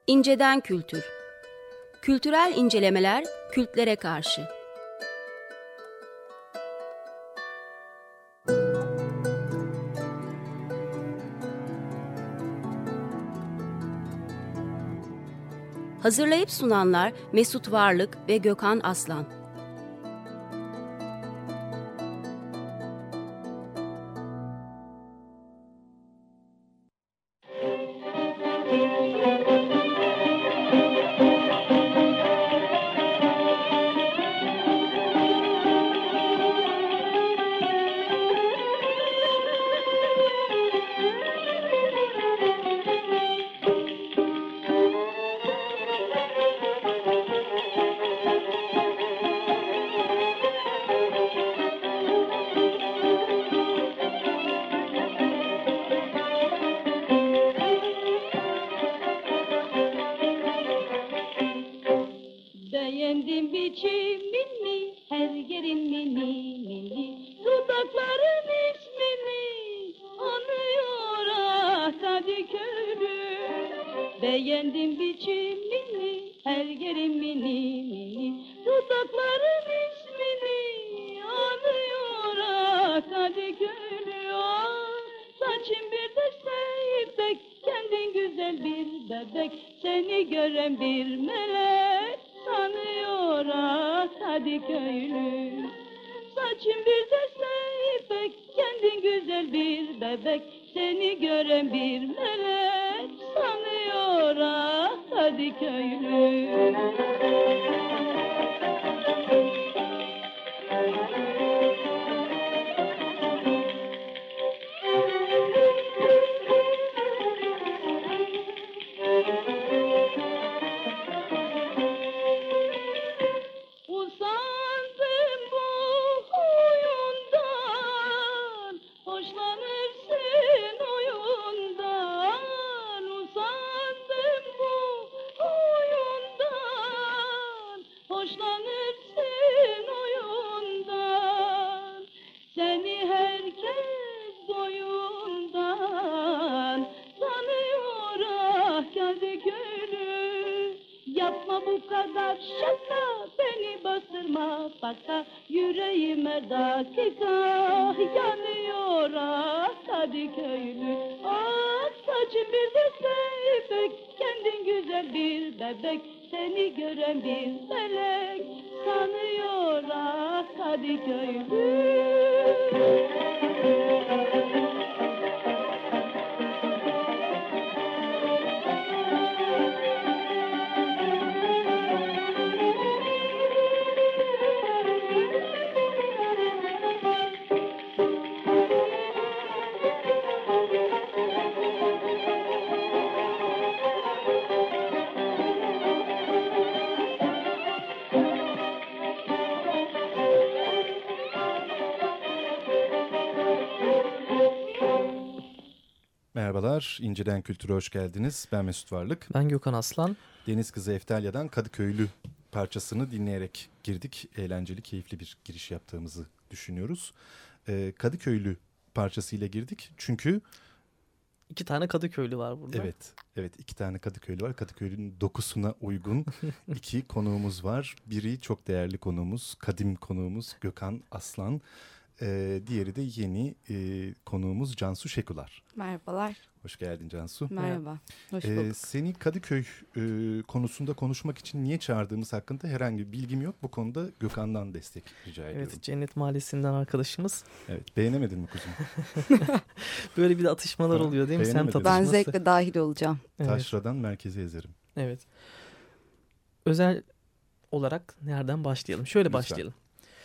İnceden kültür. Kültürel incelemeler kültlere karşı. Hazırlayıp sunanlar Mesut Varlık ve Gökhan Aslan. Beğendim biçimini, her yerin mini mini, dudakların ismini anıyor Kadıköylü. Beğendim biçimini, her yerin mini mini, dudakların ismini anıyor Kadıköylü. Saçın bir de seybek, kendin güzel bir bebek, seni gören bir melek sanıyor Kadıköylü. Saçın bir de seybek, kendin güzel bir bebek, seni gören bir melek sanıyor Kadıköylü. Usandım bu huyundan, hoşlanırsın oyundan. Usandım bu huyundan, hoşlanırsın oyundan. Seni herkes boyundan tanıyor Kadıköylü. Yapma bu kadar şaka, beni bastırma baka, yüreğime dakika yanıyor Kadıköylü. Saçın bir de seybek, kendin güzel bir bebek, seni gören bir melek sanıyor Kadıköylü. Merhabalar, İnceden Kültür'e hoş geldiniz. Ben Mesut Varlık. Ben Gökhan Aslan. Deniz Kızı Eftalya'dan Kadıköylü parçasını dinleyerek girdik. Eğlenceli, keyifli bir giriş yaptığımızı düşünüyoruz. Kadıköylü parçasıyla girdik çünkü... İki tane Kadıköylü var burada. Evet, iki tane Kadıköylü var. Kadıköylü'nün dokusuna uygun iki konuğumuz var. Biri çok değerli konuğumuz, kadim konuğumuz Gökhan Aslan. Diğeri de yeni konuğumuz Cansu Şekular. Merhabalar. Hoş geldin Cansu. Merhaba. Hoş bulduk. Seni Kadıköy konusunda konuşmak için niye çağırdığımız hakkında herhangi bir bilgim yok. Bu konuda Gökhan'dan destek rica ediyorum. Evet, Cennet Mahallesi'nden arkadaşımız. Evet, beğenemedin mi kuzum? Böyle bir de atışmalar oluyor değil mi? Semt Beğenemedim. atışması. Ben zevkle dahil olacağım. Evet. Taşra'dan merkeze ezerim. Evet. Özel olarak nereden başlayalım? Şöyle Lütfen. başlayalım.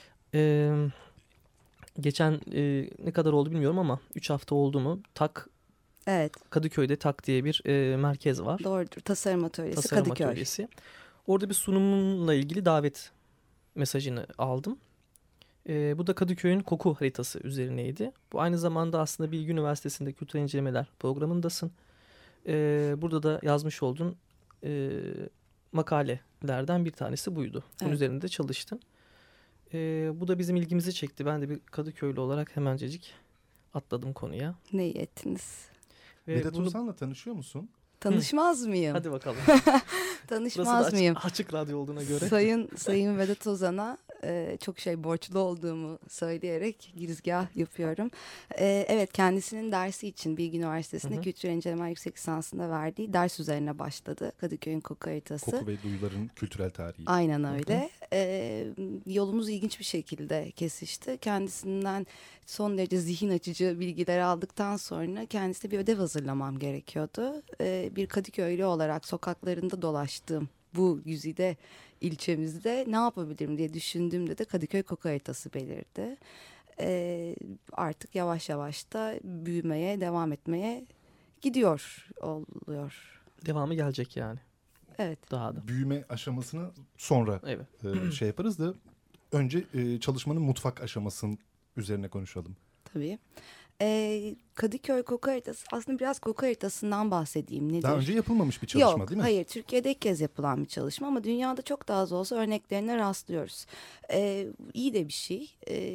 Geçen ne kadar oldu bilmiyorum ama 3 hafta oldu mu? Evet. Kadıköy'de TAK diye bir merkez var. Doğrudur. Tasarım atölyesi Tasarım Kadıköy. atölyesi. Orada bir sunumla ilgili davet mesajını aldım. Bu da Kadıköy'ün koku haritası üzerineydi. Bu aynı zamanda aslında Bilgi Üniversitesi'nde Kültürel İncelemeler programındasın. Burada da yazmış olduğun makalelerden bir tanesi buydu. Bunun üzerinde çalıştın. Bu da bizim ilgimizi çekti. Ben de bir Kadıköylü olarak hemencecik atladım konuya. Ne iyi ettiniz. Vedat Ozan'la tanışıyor musun? Tanışmaz mıyım? Hadi bakalım. Tanışmaz Burası da mıyım? açık radyo olduğuna göre. Sayın Vedat Ozan'a çok borçlu olduğumu söyleyerek girizgah yapıyorum. Evet, kendisinin dersi için Bilgi Üniversitesi'nde Kültürel İncelemeler Yüksek Lisansı'nda verdiği ders üzerine başladı. Kadıköy'ün koku haritası. Koku ve duyuların kültürel tarihi. Aynen öyle. Yolumuz ilginç bir şekilde kesişti. Kendisinden son derece zihin açıcı bilgiler aldıktan sonra kendisine bir ödev hazırlamam gerekiyordu. Bir Kadıköylü olarak sokaklarında dolaştığım bu güzide ilçemizde ne yapabilirim diye düşündüğümde de Kadıköy koku haritası belirdi. Artık yavaş yavaş da büyümeye, devam etmeye gidiyor oluyor. Devamı gelecek yani. Evet. Daha da. Büyüme aşamasını sonra şey yaparız da önce çalışmanın mutfak aşamasının üzerine konuşalım. Tabii. Kadıköy koku haritası aslında biraz koku haritasından bahsedeyim. Nedir? Daha önce yapılmamış bir çalışma Yok, değil mi? hayır. Türkiye'de ilk kez yapılan bir çalışma ama dünyada çok daha az olsa örneklerine rastlıyoruz. İyi de bir şey.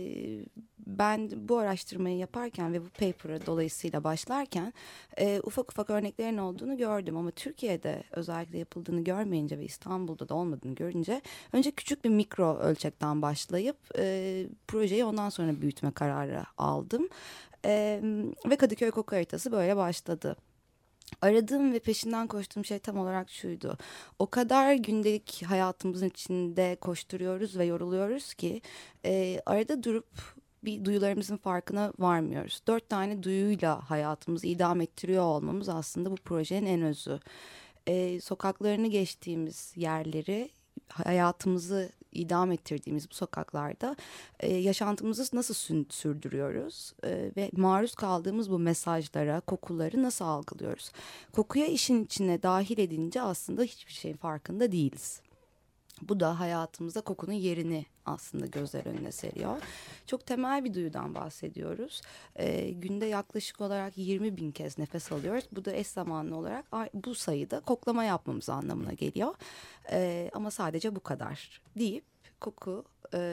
Ben bu araştırmayı yaparken ve bu paper'a dolayısıyla başlarken ufak ufak örneklerin olduğunu gördüm. Ama Türkiye'de özellikle yapıldığını görmeyince ve İstanbul'da da olmadığını görünce önce küçük bir mikro ölçekten başlayıp projeyi ondan sonra büyütme kararı aldım. Ve Kadıköy koku haritası böyle başladı. Aradığım ve peşinden koştuğum şey tam olarak şuydu. O kadar gündelik hayatımızın içinde koşturuyoruz ve yoruluyoruz ki arada durup bir duyularımızın farkına varmıyoruz. 4 tane duyuyla hayatımızı idame ettiriyor olmamız aslında bu projenin en özü. Sokaklarını geçtiğimiz yerleri, hayatımızı idame ettirdiğimiz bu sokaklarda yaşantımızı nasıl sürdürüyoruz ve maruz kaldığımız bu mesajlara, kokuları nasıl algılıyoruz? Kokuya işin içine dahil edince aslında hiçbir şeyin farkında değiliz. Bu da hayatımızda kokunun yerini aslında gözler önüne seriyor. Çok temel bir duyudan bahsediyoruz. Günde yaklaşık olarak 20.000 kez nefes alıyoruz. Bu da eş zamanlı olarak bu sayıda koklama yapmamız anlamına geliyor. Ama sadece bu kadar deyip koku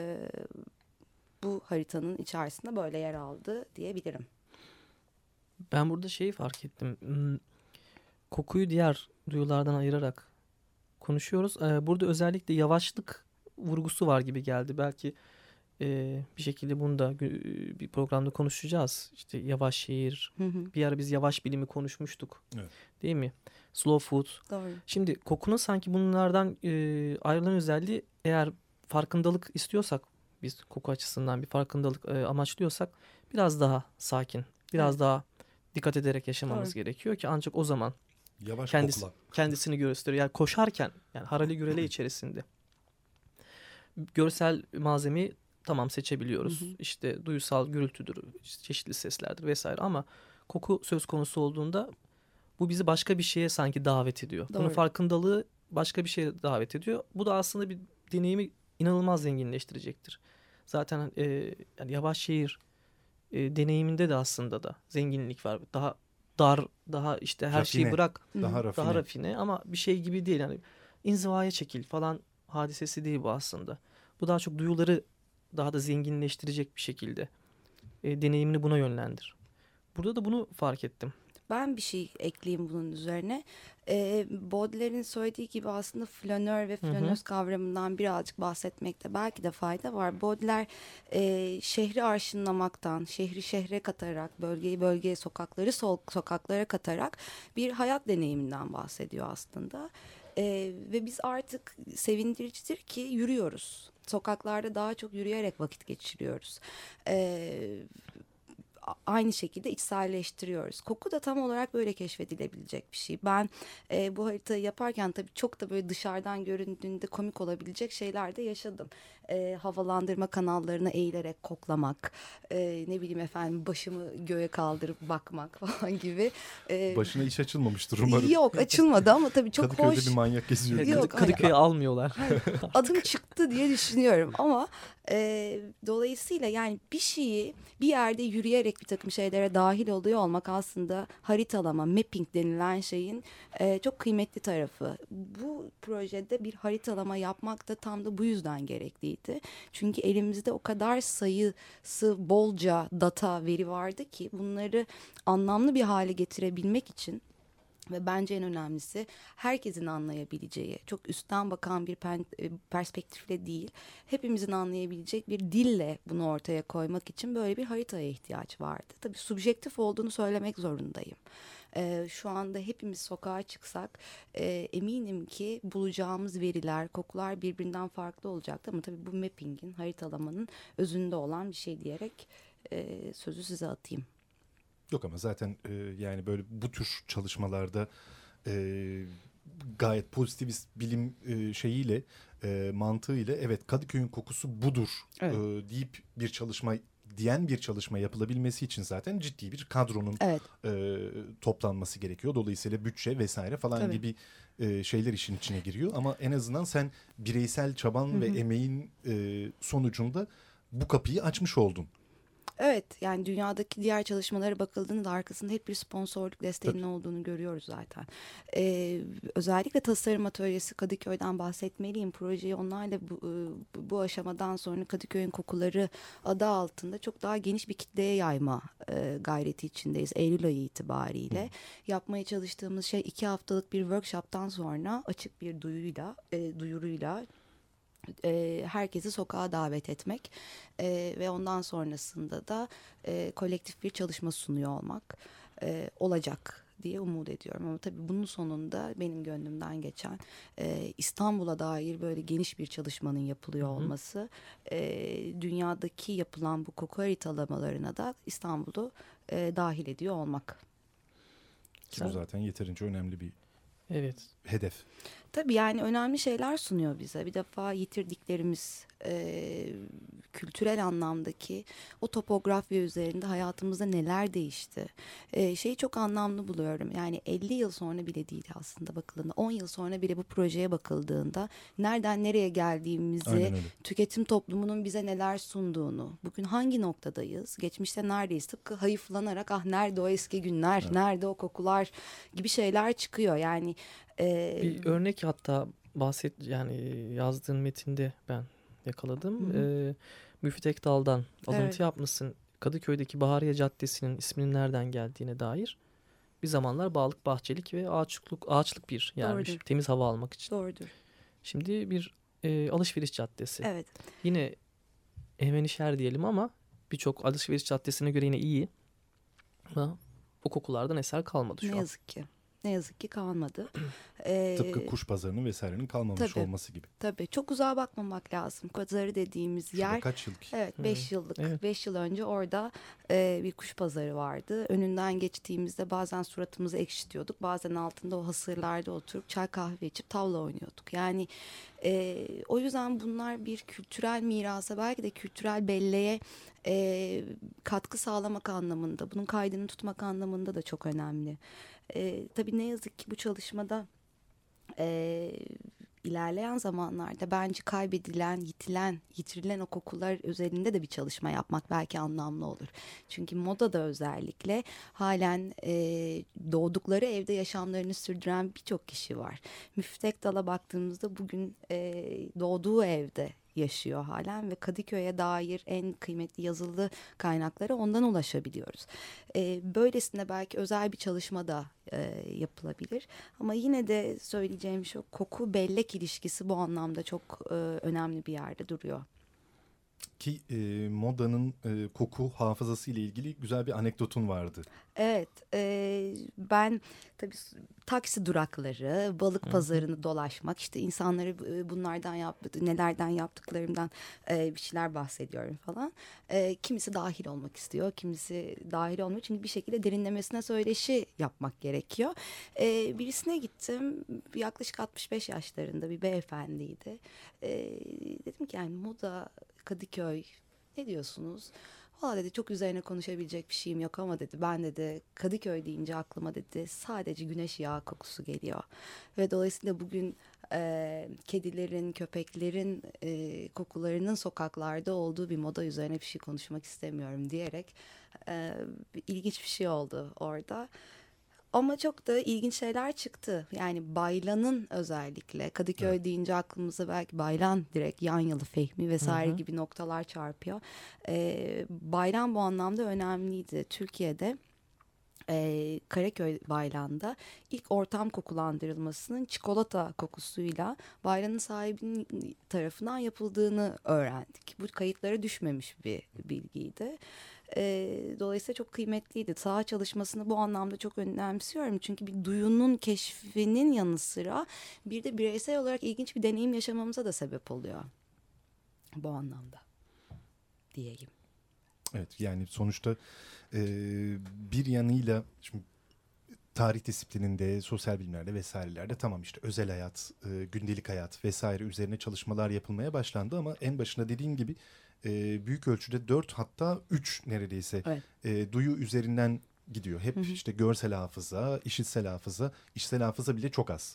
bu haritanın içerisinde böyle yer aldı diyebilirim. Ben burada şeyi fark ettim. Kokuyu diğer duyulardan ayırarak konuşuyoruz. Burada özellikle yavaşlık vurgusu var gibi geldi. Belki bir şekilde bunu da bir programda konuşacağız. İşte yavaş şehir. Bir ara biz yavaş bilimi konuşmuştuk. Evet. Değil mi? Slow food. Doğru. Şimdi kokunun sanki bunlardan ayrılan özelliği, eğer farkındalık istiyorsak, biz koku açısından bir farkındalık amaçlıyorsak biraz daha sakin, biraz daha dikkat ederek yaşamamız gerekiyor ki ancak o zaman Yavaş kendisini gösteriyor. Yani koşarken, yani harali gürele içerisinde görsel malzemeyi tamam seçebiliyoruz. İşte duyusal gürültüdür, işte çeşitli seslerdir vesaire, ama koku söz konusu olduğunda bu bizi başka bir şeye sanki davet ediyor. Doğru. Bunun farkındalığı başka bir şeye davet ediyor. Bu da aslında bir deneyimi inanılmaz zenginleştirecektir. Zaten yani yavaş şehir deneyiminde de aslında da zenginlik var. Daha dar, daha işte her rafine, şeyi bırak, daha rafine, ama bir şey gibi değil. Yani inzivaya çekil falan hadisesi değil bu aslında. Bu daha çok duyuları daha da zenginleştirecek bir şekilde deneyimini buna yönlendir. Burada da bunu fark ettim. Ben bir şey ekleyeyim bunun üzerine. Baudelaire'in söylediği gibi aslında flanör ve flanöz kavramından birazcık bahsetmekte belki de fayda var. Baudelaire şehri arşınlamaktan, şehri şehre katarak, bölgeyi bölgeye, sokakları sokaklara katarak bir hayat deneyiminden bahsediyor aslında. Ve biz artık sevindiricidir ki yürüyoruz. Sokaklarda daha çok yürüyerek vakit geçiriyoruz. Aynı şekilde içselleştiriyoruz. Koku da tam olarak böyle keşfedilebilecek bir şey. Ben bu haritayı yaparken tabii çok da böyle dışarıdan göründüğünde komik olabilecek şeyler de yaşadım. Havalandırma kanallarına eğilerek koklamak, ne bileyim efendim başımı göğe kaldırıp bakmak falan gibi. Başına iş açılmamıştır umarım. Yok, açılmadı ama tabii çok Kadıköy'de hoş. bir manyak geziyor. Yok, Kadıköy'e almıyorlar. Adım çıktı diye düşünüyorum ama dolayısıyla yani bir şeyi bir yerde yürüyerek bir takım şeylere dahil oluyor olmak aslında haritalama, mapping denilen şeyin çok kıymetli tarafı. Bu projede bir haritalama yapmak da tam da bu yüzden gerekliydi. Çünkü elimizde o kadar sayısı bolca data, veri vardı ki bunları anlamlı bir hale getirebilmek için Ve bence en önemlisi herkesin anlayabileceği, çok üstten bakan bir perspektifle değil, hepimizin anlayabilecek bir dille bunu ortaya koymak için böyle bir haritaya ihtiyaç vardı. Tabii subjektif olduğunu söylemek zorundayım. Şu anda hepimiz sokağa çıksak eminim ki bulacağımız veriler, kokular birbirinden farklı olacaktı. Ama tabii bu mapping'in, haritalamanın özünde olan bir şey diyerek sözü size atayım. Yok ama zaten yani böyle bu tür çalışmalarda gayet pozitivist bilim şeyiyle, mantığıyla evet Kadıköy'ün kokusu budur deyip bir çalışma yapılabilmesi için zaten ciddi bir kadronun toplanması gerekiyor. Dolayısıyla bütçe vesaire falan gibi şeyler işin içine giriyor. Ama en azından sen bireysel çaban ve emeğin sonucunda bu kapıyı açmış oldun. Evet, yani dünyadaki diğer çalışmalara bakıldığında arkasında hep bir sponsorluk desteğinin olduğunu görüyoruz zaten. Özellikle tasarım atölyesi Kadıköy'den bahsetmeliyim. Projeyi onlarla bu aşamadan sonra Kadıköy'ün kokuları adı altında çok daha geniş bir kitleye yayma gayreti içindeyiz. Eylül ayı itibariyle. Yapmaya çalıştığımız şey 2 haftalık bir workshop'tan sonra açık bir duyuruyla herkesi sokağa davet etmek ve ondan sonrasında da kolektif bir çalışma sunuyor olmak olacak diye umut ediyorum. Ama tabii bunun sonunda benim gönlümden geçen İstanbul'a dair böyle geniş bir çalışmanın yapılıyor olması, dünyadaki yapılan bu koku haritalamalarına da İstanbul'u dahil ediyor olmak. Ki bu zaten yeterince önemli bir hedef. Tabii yani önemli şeyler sunuyor bize. Bir defa yitirdiklerimiz kültürel anlamdaki o topografya üzerinde hayatımızda neler değişti. Şeyi çok anlamlı buluyorum. Yani 50 yıl sonra bile değil aslında bakıldığında. 10 yıl sonra bile bu projeye bakıldığında nereden nereye geldiğimizi, tüketim toplumunun bize neler sunduğunu, bugün hangi noktadayız, geçmişte neredeyiz? Tıpkı hayıflanarak nerede o eski günler, nerede o kokular gibi şeyler çıkıyor. Yani bir örnek hatta yani yazdığın metinde ben yakaladım. Müfit Ekdal'dan alıntı yapmışsın. Kadıköy'deki Bahariye Caddesi'nin isminin nereden geldiğine dair. Bir zamanlar bağlık, bahçelik ve ağaçlık bir yermiş. Doğrudur. Temiz hava almak için. Doğrudur. Şimdi bir alışveriş caddesi. Evet. Yine Emenişehir diyelim ama birçok alışveriş caddesine göre yine iyi. Ama o kokulardan eser kalmadı şu an. Ne yazık ki kalmadı. Tıpkı kuş pazarının vesairenin kalmamış olması gibi. Tabii çok uzağa bakmamak lazım. Pazarı dediğimiz yer. Kaç yıllık? Evet 5 yıllık. 5 yıl önce orada bir kuş pazarı vardı. Önünden geçtiğimizde bazen suratımızı ekşitiyorduk. Bazen altında o hasırlarda oturup çay kahve içip tavla oynuyorduk. Yani o yüzden bunlar bir kültürel mirasa, belki de kültürel belleğe katkı sağlamak anlamında, bunun kaydını tutmak anlamında da çok önemli. Tabii ne yazık ki bu çalışmada ilerleyen zamanlarda bence kaybedilen, yitirilen o kokular üzerinde de bir çalışma yapmak belki anlamlı olur. Çünkü modada özellikle halen doğdukları evde yaşamlarını sürdüren birçok kişi var. Müfit Ekdal'a baktığımızda bugün doğduğu evde yaşıyor halen ve Kadıköy'e dair en kıymetli yazılı kaynaklara ondan ulaşabiliyoruz. Böylesine belki özel bir çalışma da yapılabilir. Ama yine de söyleyeceğim şu, koku bellek ilişkisi bu anlamda çok önemli bir yerde duruyor. Ki modanın koku hafızası ile ilgili güzel bir anekdotun vardı. Evet, ben tabii taksi durakları, balık pazarını dolaşmak, işte insanları bunlardan nelerden yaptıklarımdan bir şeyler bahsediyorum falan. Kimisi dahil olmak istiyor, kimisi dahil olmuyor. Çünkü bir şekilde derinlemesine söyleşi yapmak gerekiyor. Birisine gittim, yaklaşık 65 yaşlarında bir beyefendiydi. Dedim ki yani moda, Kadıköy, ne diyorsunuz? Valla dedi çok üzerine konuşabilecek bir şeyim yok ama dedi ben dedi Kadıköy deyince aklıma dedi sadece güneş yağı kokusu geliyor. Ve dolayısıyla bugün kedilerin, köpeklerin kokularının sokaklarda olduğu bir moda üzerine bir şey konuşmak istemiyorum diyerek ilginç bir şey oldu orada. Ama çok da ilginç şeyler çıktı. Yani Baylan'ın özellikle Kadıköy deyince aklımıza belki Baylan direkt Yanyalı, Fehmi vesaire gibi noktalar çarpıyor. Baylan bu anlamda önemliydi. Türkiye'de Karaköy bayrağında ilk ortam kokulandırılmasının çikolata kokusuyla bayrağın sahibinin tarafından yapıldığını öğrendik. Bu kayıtlara düşmemiş bir bilgiydi. Dolayısıyla çok kıymetliydi. Saha çalışmasını bu anlamda çok önemsiyorum. Çünkü bir duyunun keşfinin yanı sıra bir de bireysel olarak ilginç bir deneyim yaşamamıza da sebep oluyor. Bu anlamda diyeyim. Evet, yani sonuçta bir yanıyla şimdi tarih disiplininde, sosyal bilimlerde vesairelerde tamam işte özel hayat, gündelik hayat vesaire üzerine çalışmalar yapılmaya başlandı ama en başında dediğim gibi büyük ölçüde 4 hatta 3 neredeyse duyu üzerinden gidiyor. Hep işte görsel hafıza, işitsel hafıza bile çok az.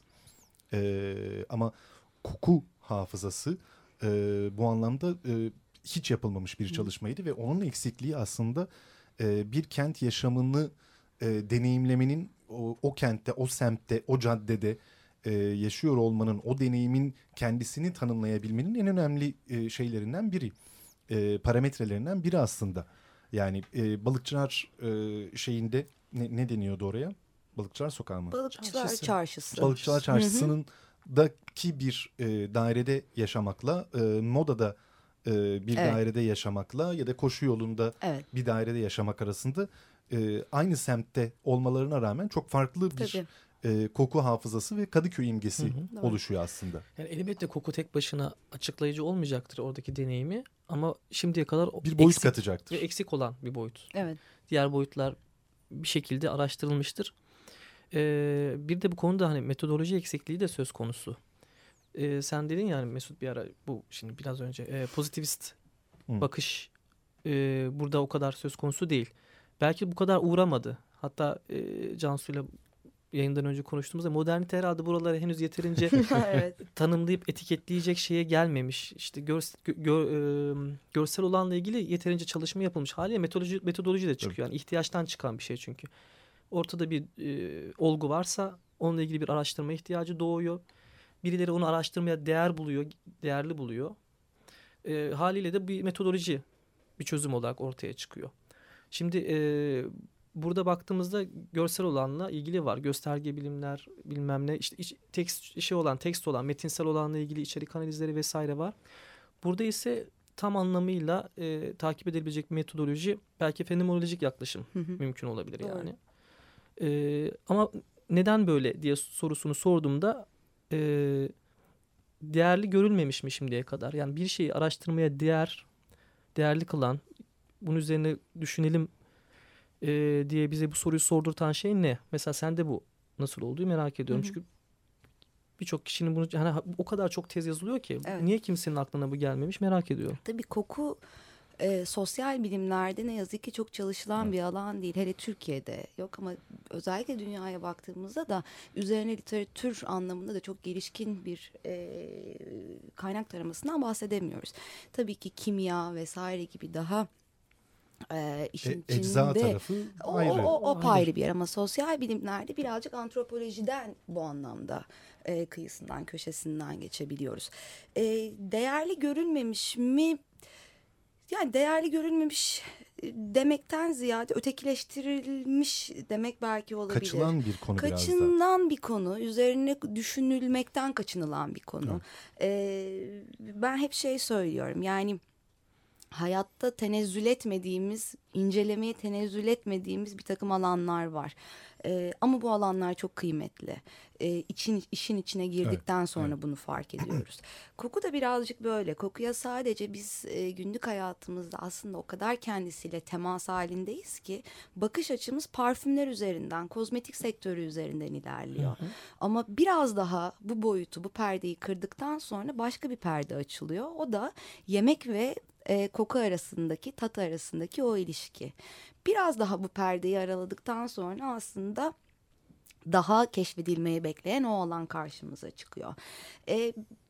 Ama koku hafızası bu anlamda hiç yapılmamış bir çalışmaydı ve onun eksikliği aslında bir kent yaşamını deneyimlemenin o kentte, o semtte, o caddede yaşıyor olmanın, o deneyimin kendisini tanımlayabilmenin en önemli şeylerinden biri, parametrelerinden biri aslında. Yani Balıkçılar şeyinde ne deniyordu oraya? Balıkçılar Sokağı mı? Balıkçılar Çarşısı. Balıkçılar Çarşısı'nın daki bir dairede yaşamakla, Moda'da bir dairede yaşamakla ya da koşu yolunda bir dairede yaşamak arasında aynı semtte olmalarına rağmen çok farklı bir koku hafızası ve Kadıköy imgesi oluşuyor aslında. Yani elbette koku tek başına açıklayıcı olmayacaktır oradaki deneyimi ama şimdiye kadar bir boyut katacaktır. Ve eksik olan bir boyut. Evet. Diğer boyutlar bir şekilde araştırılmıştır. Bir de bu konuda hani metodoloji eksikliği de söz konusu. Sen dedin yani Mesut bir ara bu şimdi biraz önce pozitivist bakış burada o kadar söz konusu değil. Belki bu kadar uğramadı. Hatta Cansu'yla yayından önce konuştuğumuzda modernite herhalde buraları henüz yeterince tanımlayıp etiketleyecek şeye gelmemiş. İşte görsel olanla ilgili yeterince çalışma yapılmış. Haliyle metodoloji de çıkıyor. Yani ihtiyaçtan çıkan bir şey çünkü. Ortada bir olgu varsa onunla ilgili bir araştırma ihtiyacı doğuyor. Birileri onu araştırmaya değerli buluyor. Haliyle de bir metodoloji, bir çözüm olarak ortaya çıkıyor. Şimdi burada baktığımızda görsel olanla ilgili var. Gösterge bilimler, bilmem ne, işte tekst olan, metinsel olanla ilgili içerik analizleri vesaire var. Burada ise tam anlamıyla takip edilebilecek bir metodoloji, belki fenomenolojik yaklaşım mümkün olabilir yani. Ama neden böyle diye sorusunu sorduğumda değerli görülmemiş mi şimdiye kadar? Yani bir şeyi araştırmaya değerli kılan, bunun üzerine düşünelim diye bize bu soruyu sordurtan şey ne? Mesela sende bu nasıl olduğu merak ediyorum. Çünkü birçok kişinin bunu hani o kadar çok tez yazılıyor ki niye kimsenin aklına bu gelmemiş merak ediyorum. Tabii koku sosyal bilimlerde ne yazık ki çok çalışılan bir alan değil. Hele Türkiye'de yok ama özellikle dünyaya baktığımızda da üzerine literatür anlamında da çok gelişkin bir kaynak taramasından bahsedemiyoruz. Tabii ki kimya vesaire gibi daha işin ecza içinde tarafı ayrı. O ayrı bir yer ama sosyal bilimlerde birazcık antropolojiden bu anlamda kıyısından köşesinden geçebiliyoruz. Değerli görülmemiş mi? Yani değerli görülmemiş demekten ziyade ötekileştirilmiş demek belki olabilir. Kaçılan bir konu biraz da. Kaçınan bir konu, üzerine düşünülmekten kaçınılan bir konu. Ben hep söylüyorum yani hayatta tenezzül etmediğimiz, incelemeye tenezzül etmediğimiz bir takım alanlar var. Ama bu alanlar çok kıymetli. İşin içine girdikten sonra bunu fark ediyoruz. Koku da birazcık böyle. Kokuya sadece biz günlük hayatımızda aslında o kadar kendisiyle temas halindeyiz ki bakış açımız parfümler üzerinden, kozmetik sektörü üzerinden ilerliyor. Ama biraz daha bu boyutu, bu perdeyi kırdıktan sonra başka bir perde açılıyor. O da yemek ve koku arasındaki, tat arasındaki o ilişki. Biraz daha bu perdeyi araladıktan sonra aslında daha keşfedilmeyi bekleyen o alan karşımıza çıkıyor.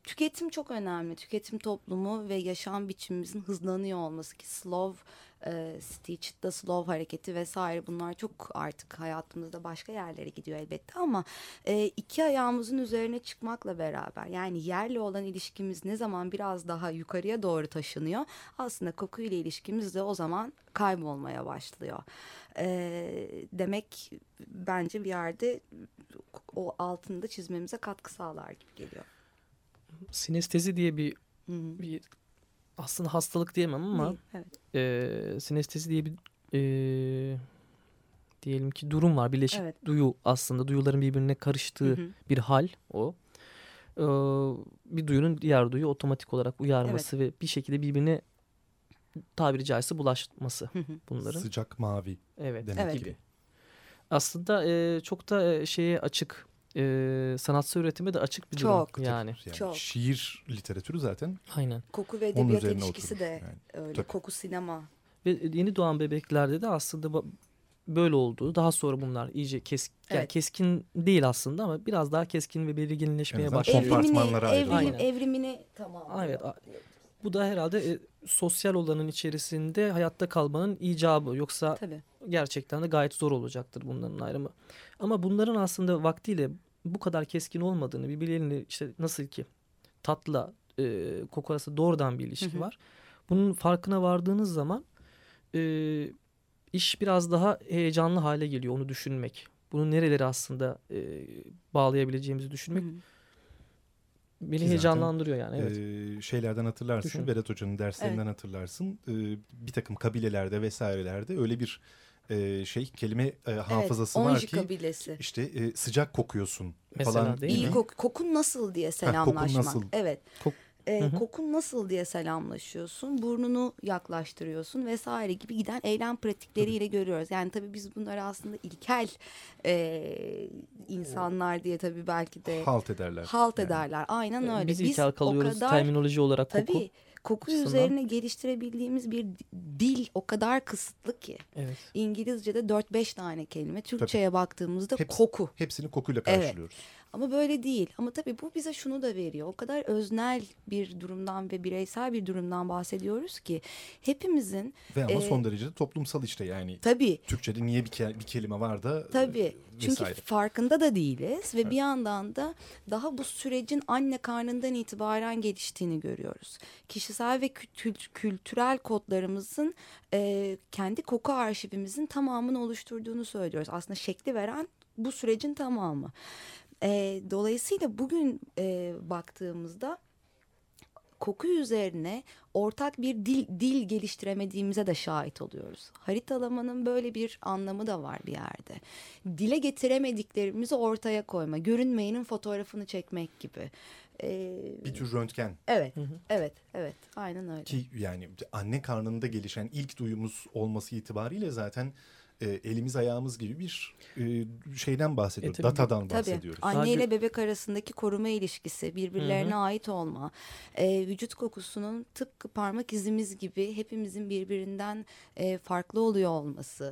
tüketim çok önemli. Tüketim toplumu ve yaşam biçimimizin hızlanıyor olması ki slow stitch, the slow hareketi vesaire bunlar çok artık hayatımızda başka yerlere gidiyor elbette ama iki ayağımızın üzerine çıkmakla beraber yani yerle olan ilişkimiz ne zaman biraz daha yukarıya doğru taşınıyor aslında kokuyla ilişkimiz de o zaman kaybolmaya başlıyor. Demek bence bir yerde o altını çizmemize katkı sağlar gibi geliyor. Sinestezi diye bir aslında hastalık diyemem ama evet. Sinestezi diye bir diyelim ki durum var. Birleşik duyu aslında duyuların birbirine karıştığı bir hal o. Bir duyunun diğer duyu otomatik olarak uyarması ve bir şekilde birbirine tabiri caizse bulaşması bunların. Sıcak mavi demek gibi. Aslında çok da şeye açık, sanatsal üretime de açık bir durum yani. Çok. Şiir literatürü zaten. Aynen. Koku ve edebiyat ilişkisi de öyle. Tabii. Koku sinema. Ve yeni doğan bebeklerde de aslında böyle olduğu, daha sonra bunlar iyice keskin değil aslında ama biraz daha keskin ve belirginleşmeye başlıyor. Evrimini tamam. Evet. Bu da herhalde sosyal olanın içerisinde hayatta kalmanın icabı. Yoksa gerçekten de gayet zor olacaktır bunların ayrımı. Ama bunların aslında vaktiyle bu kadar keskin olmadığını, birbirleriyle işte nasıl ki tatla koku arasında doğrudan bir ilişki var. Bunun farkına vardığınız zaman iş biraz daha heyecanlı hale geliyor onu düşünmek. Bunu nereleri aslında bağlayabileceğimizi düşünmek beni heyecanlandırıyor yani. Evet. Şeylerden hatırlarsın, Vedat Hoca'nın derslerinden hatırlarsın. Bir takım kabilelerde vesairelerde öyle bir kelime hafızası var ki kabilesi. işte sıcak kokuyorsun mesela, falan. Değil mi? Kokun nasıl diye selamlaşmak. Kokun nasıl? Evet. Kokun nasıl diye selamlaşıyorsun, burnunu yaklaştırıyorsun vesaire gibi giden eylem pratikleriyle görüyoruz. Yani tabii biz bunları aslında ilkel insanlar diye tabii belki de halt ederler. Aynen öyle. Biz ilkel kalıyoruz terminoloji olarak koku. Tabii koku üzerine geliştirebildiğimiz bir dil o kadar kısıtlı ki. Evet. İngilizce'de 4-5 tane kelime. Türkçe'ye baktığımızda koku. Hepsini kokuyla karşılıyoruz. Evet. Ama böyle değil. Ama tabii bu bize şunu da veriyor. O kadar öznel bir durumdan ve bireysel bir durumdan bahsediyoruz ki hepimizin... Ve ama son derece de toplumsal işte yani. Tabii. Türkçe'de niye bir kelime var da tabii. Çünkü farkında da değiliz ve bir yandan da daha bu sürecin anne karnından itibaren geliştiğini görüyoruz. Kişisel ve kültürel kodlarımızın kendi koku arşivimizin tamamını oluşturduğunu söylüyoruz. Aslında şekli veren bu sürecin tamamı. Dolayısıyla bugün baktığımızda koku üzerine ortak bir dil geliştiremediğimize de şahit oluyoruz. Haritalamanın böyle bir anlamı da var bir yerde. Dile getiremediklerimizi ortaya koyma, görünmeyenin fotoğrafını çekmek gibi. Bir tür röntgen. Evet, evet, aynen öyle. Ki yani anne karnında gelişen ilk duyumuz olması itibariyle zaten elimiz ayağımız gibi bir şeyden bahsediyoruz. Datadan bahsediyoruz. Anne ile bebek arasındaki koruma ilişkisi, birbirlerine ait olma, vücut kokusunun tıpkı parmak izimiz gibi hepimizin birbirinden farklı oluyor olması.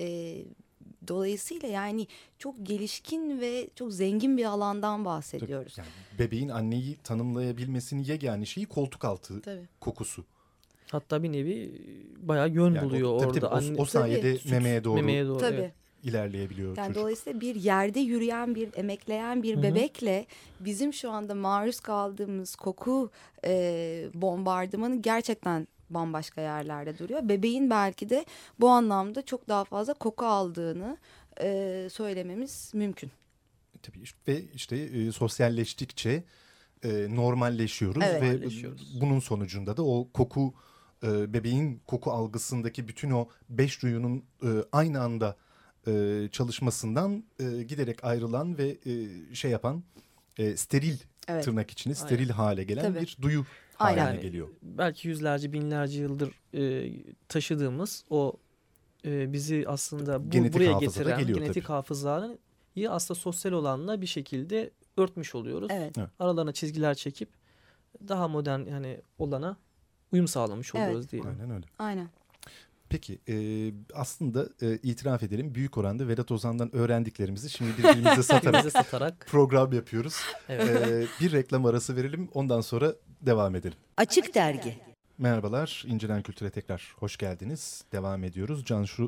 Dolayısıyla yani çok gelişkin ve çok zengin bir alandan bahsediyoruz. Yani bebeğin anneyi tanımlayabilmesinin yegane şeyi koltuk altı kokusu. Hatta bir nevi bayağı yön buluyor orada. O sayede memeye doğru ilerleyebiliyor yani çocuk. Dolayısıyla bir yerde yürüyen, bir emekleyen bir bebekle bizim şu anda maruz kaldığımız koku bombardımanı gerçekten bambaşka yerlerde duruyor. Bebeğin belki de bu anlamda çok daha fazla koku aldığını söylememiz mümkün. Tabii ve işte sosyalleştikçe normalleşiyoruz ve bunun sonucunda da o koku bebeğin koku algısındaki bütün o 5 duyunun aynı anda çalışmasından giderek ayrılan ve yapan steril tırnak içinde steril hale gelen bir duyu haline geliyor. Belki yüzlerce binlerce yıldır taşıdığımız o bizi aslında buraya getiren genetik hafızayı aslında sosyal olanla bir şekilde örtmüş oluyoruz. Evet. Aralarına çizgiler çekip daha modern olana uyum sağlamış oluyoruz diyelim. Aynen öyle. Aynen. Peki aslında itiraf edelim, büyük oranda Vedat Ozan'dan öğrendiklerimizi şimdi birbirimize Birbirimize satarak. program yapıyoruz. Evet. Bir reklam arası verelim, ondan sonra devam edelim. Açık Dergi. Merhabalar, İncelen Kültür'e tekrar hoş geldiniz. Devam ediyoruz.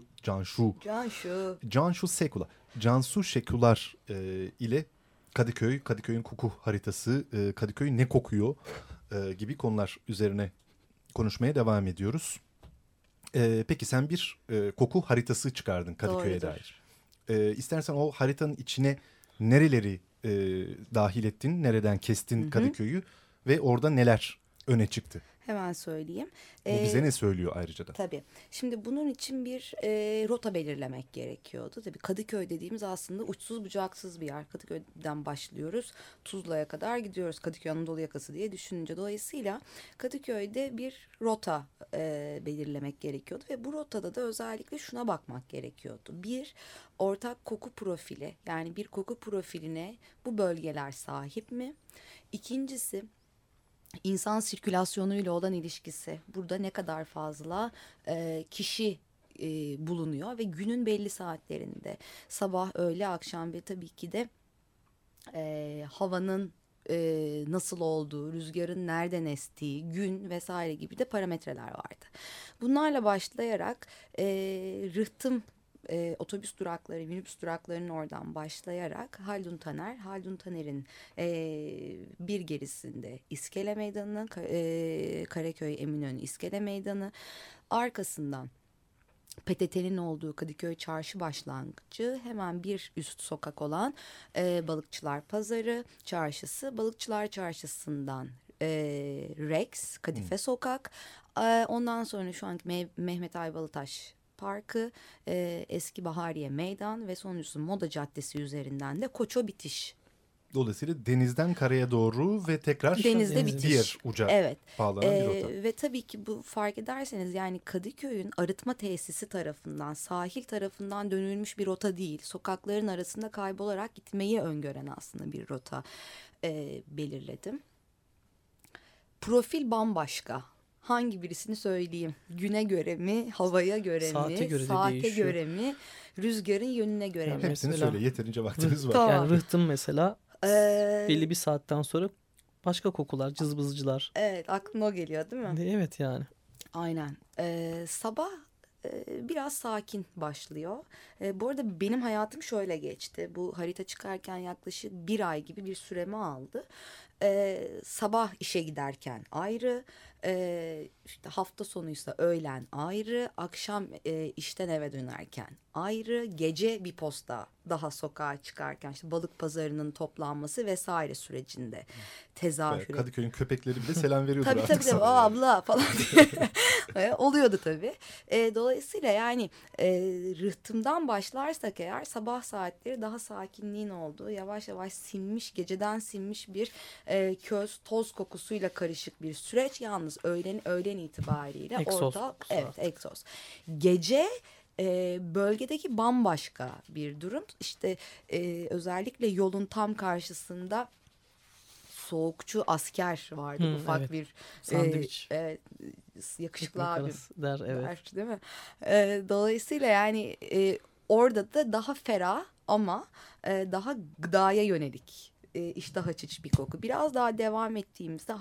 Cansu Sekula. Cansu Şekular ile Kadıköy'ün koku haritası, Kadıköy ne kokuyor gibi konular üzerine konuşmaya devam ediyoruz. Peki sen bir koku haritası çıkardın Kadıköy'e dair. İstersen o haritanın içine nereleri dahil ettin, nereden kestin Kadıköy'ü ve orada neler öne çıktı? Hemen söyleyeyim. Bu bize ne söylüyor ayrıca da? Tabii. Şimdi bunun için bir rota belirlemek gerekiyordu. Tabii Kadıköy dediğimiz aslında uçsuz bucaksız bir yer. Kadıköy'den başlıyoruz. Tuzla'ya kadar gidiyoruz. Kadıköy Anadolu yakası diye düşününce. Dolayısıyla Kadıköy'de bir rota belirlemek gerekiyordu. Ve bu rotada da özellikle şuna bakmak gerekiyordu. Bir, ortak koku profili. Yani bir koku profiline bu bölgeler sahip mi? İkincisi, İnsan sirkülasyonuyla olan ilişkisi. Burada ne kadar fazla kişi bulunuyor ve günün belli saatlerinde sabah, öğle, akşam ve tabii ki de havanın nasıl olduğu, rüzgarın nereden estiği, gün vesaire gibi de parametreler vardı. Bunlarla başlayarak rıhtım otobüs durakları, minibüs duraklarının oradan başlayarak Haldun Taner'in bir gerisinde İskele Meydanı, Karaköy Eminönü İskele Meydanı, arkasından PTT'nin olduğu Kadıköy Çarşı başlangıcı, hemen bir üst sokak olan Balıkçılar Pazarı Çarşısı, Balıkçılar Çarşısı'ndan Rex, Kadife Sokak, ondan sonra şu anki Mehmet Ayvalıtaş Parkı, eski Bahariye Meydan ve sonuncusu Moda Caddesi üzerinden de Koço bitiş. Dolayısıyla denizden karaya doğru ve tekrar Denizde bitiş. diğer uca bağlanan bir rota. Ve tabii ki bu, fark ederseniz, yani Kadıköy'ün arıtma tesisi tarafından, sahil tarafından dönülmüş bir rota değil. Sokakların arasında kaybolarak gitmeyi öngören aslında bir rota belirledim. Profil bambaşka. Hangi birisini söyleyeyim? Güne göre mi, havaya göre saate göre mi, rüzgarın yönüne göre mi? Hepsini Mesela, söyle, yeterince vaktimiz var. Tamam. Yani rıhtım mesela belli bir saatten sonra başka kokular, cızbızcılar. Evet, aklıma o geliyor değil mi? Evet yani. Aynen. Sabah biraz sakin başlıyor. Bu arada benim hayatım şöyle geçti. Bu harita çıkarken yaklaşık 1 ay gibi bir süremi aldı. Sabah işe giderken ayrı, işte hafta sonuysa öğlen ayrı, akşam işten eve dönerken ayrı, gece bir posta daha sokağa çıkarken, işte balık pazarının toplanması vesaire sürecinde tezahür. Kadıköy'ün köpekleri bile selam veriyordur tabii artık tabii sana. abla falan diye oluyordu tabii. Dolayısıyla yani rıhtımdan başlarsak eğer, sabah saatleri daha sakinliğin olduğu, yavaş yavaş sinmiş, geceden sinmiş bir köz, toz kokusuyla karışık bir süreç. Yalnız öğlen itibariyle Egzoz orada kokusu evet artık. egzoz. Gece bölgedeki bambaşka bir durum. İşte özellikle yolun tam karşısında soğukçu asker vardı, ufak evet. bir Sandviç. yakışıklı Ekmek abim arası der, evet. der, değil mi? Dolayısıyla yani orada da daha ferah ama daha gıdaya yönelik iştah açıcı bir koku. Biraz daha devam ettiğimizde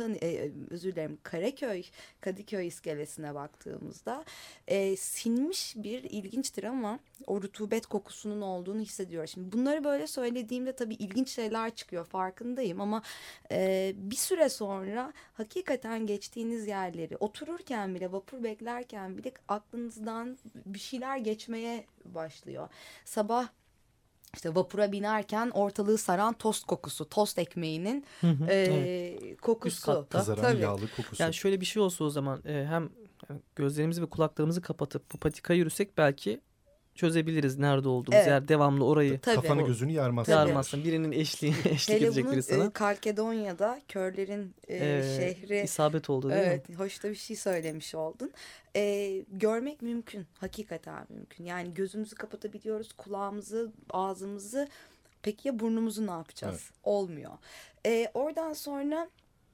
Kadıköy iskelesine baktığımızda sinmiş bir, ilginçtir ama o rutubet kokusunun olduğunu hissediyoruz. Şimdi bunları böyle söylediğimde tabii ilginç şeyler çıkıyor, farkındayım ama bir süre sonra hakikaten geçtiğiniz yerleri, otururken bile, vapur beklerken bile aklınızdan bir şeyler geçmeye başlıyor. Sabah İşte vapura binerken ortalığı saran tost kokusu, tost ekmeğinin kokusu. Üst katta. Kızaran Tabii. yağlı kokusu. Yani şöyle bir şey olsa o zaman hem gözlerimizi ve kulaklarımızı kapatıp bu patika yürüsek belki çözebiliriz nerede olduğumuzu. Evet. Eğer devamlı orayı Tabii. Kafanı gözünü yarmaz. yarmazsın. Birinin eşlik Hele edecek bunun biri sana. Kalkedonya'da körlerin şehri. İsabet oldu değil mi? Evet, hoş da bir şey söylemiş oldun. Görmek mümkün, hakikaten mümkün. Yani gözümüzü kapatabiliyoruz, kulağımızı, ağzımızı. Peki ya burnumuzu ne yapacağız? Evet. Olmuyor. Oradan sonra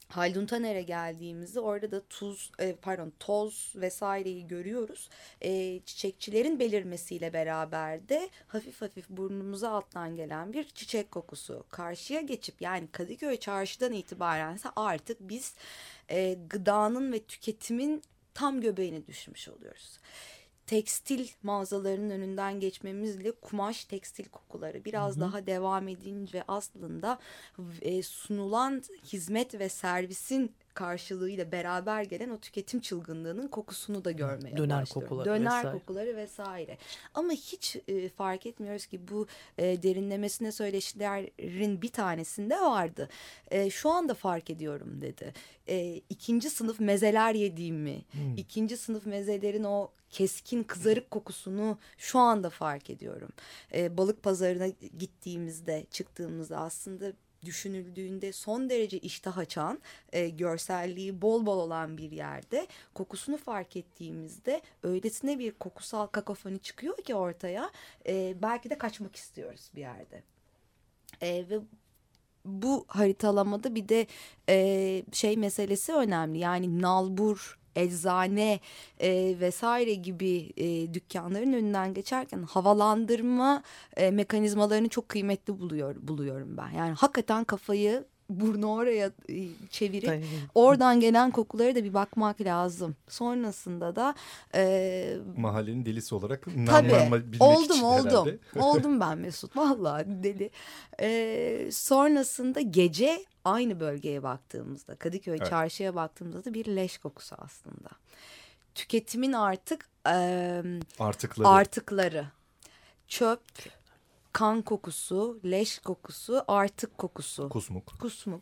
Haldun Taner'e geldiğimizde orada da toz vesaireyi görüyoruz. Çiçekçilerin belirmesiyle beraber de hafif hafif burnumuza alttan gelen bir çiçek kokusu. Karşıya geçip yani Kadıköy çarşıdan itibarense artık biz gıdanın ve tüketimin tam göbeğine düşmüş oluyoruz. Tekstil mağazalarının önünden geçmemizle kumaş tekstil kokuları biraz daha devam edince aslında sunulan hizmet ve servisin karşılığıyla beraber gelen o tüketim çılgınlığının kokusunu da görmeye Döner başlıyoruz. kokuları Döner vesaire. kokuları vesaire. Ama hiç fark etmiyoruz ki bu derinlemesine söyleşilerin bir tanesinde vardı. Şu anda fark ediyorum dedi. İkinci sınıf mezeler yediğimi, ikinci sınıf mezelerin o keskin kızarık kokusunu şu anda fark ediyorum. Balık pazarına gittiğimizde, çıktığımızda aslında düşünüldüğünde son derece iştah açan, görselliği bol bol olan bir yerde kokusunu fark ettiğimizde öylesine bir kokusal kakofoni çıkıyor ki ortaya, belki de kaçmak istiyoruz bir yerde. Ve bu haritalamada bir de şey meselesi önemli, yani nalbur, eczane vesaire gibi dükkanların önünden geçerken havalandırma mekanizmalarını çok kıymetli buluyorum ben. Yani hakikaten kafayı burnu oraya çevirip oradan gelen kokulara da bir bakmak lazım. Sonrasında da Mahallenin delisi olarak tabii namlanma bilmek için herhalde. Oldum ben Mesut, vallahi deli. Sonrasında gece aynı bölgeye baktığımızda, Kadıköy çarşıya baktığımızda da bir leş kokusu aslında. Tüketimin artık artıkları. Çöp, kan kokusu, leş kokusu, artık kokusu. Kusmuk.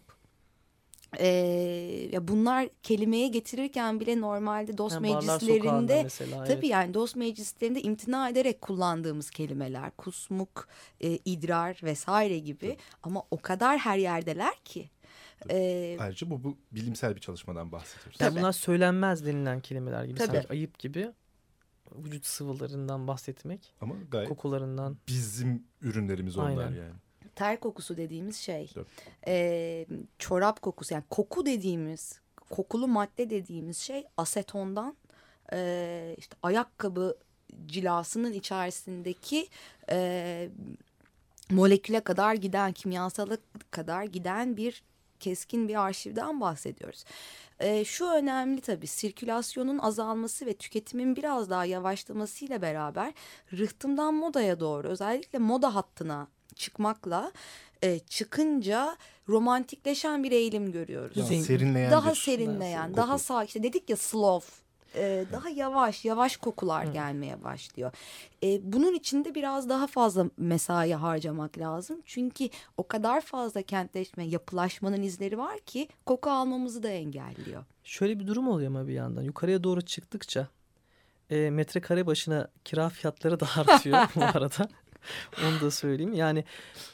Ya bunlar kelimeye getirirken bile normalde dost meclislerinde mesela, tabii yani dost meclislerinde imtina ederek kullandığımız kelimeler, kusmuk, idrar vesaire gibi, ama o kadar her yerdeler ki. Ayrıca bu bilimsel bir çalışmadan bahsediyoruz. Yani bunlar söylenmez denilen kelimeler gibi, tabii. sanki ayıp gibi. Vücut sıvılarından bahsetmek, ama gayet kokularından. bizim ürünlerimiz onlar. Aynen. Yani. Ter kokusu dediğimiz şey, çorap kokusu, yani koku dediğimiz, kokulu madde dediğimiz şey asetondan işte ayakkabı cilasının içerisindeki moleküle kadar giden, kimyasala kadar giden bir keskin bir arşivden bahsediyoruz. Şu önemli tabii, sirkülasyonun azalması ve tüketimin biraz daha yavaşlamasıyla beraber rıhtımdan modaya doğru, özellikle moda hattına çıkmakla çıkınca romantikleşen bir eğilim görüyoruz. Daha serinleyen, daha sakin. İşte dedik ya, slow. Daha yavaş kokular gelmeye başlıyor. Bunun için de biraz daha fazla mesai harcamak lazım. Çünkü o kadar fazla kentleşme, yapılaşmanın izleri var ki koku almamızı da engelliyor. Şöyle bir durum oluyor ama bir yandan. Yukarıya doğru çıktıkça metrekare başına kira fiyatları da artıyor bu arada. Onu da söyleyeyim. Yani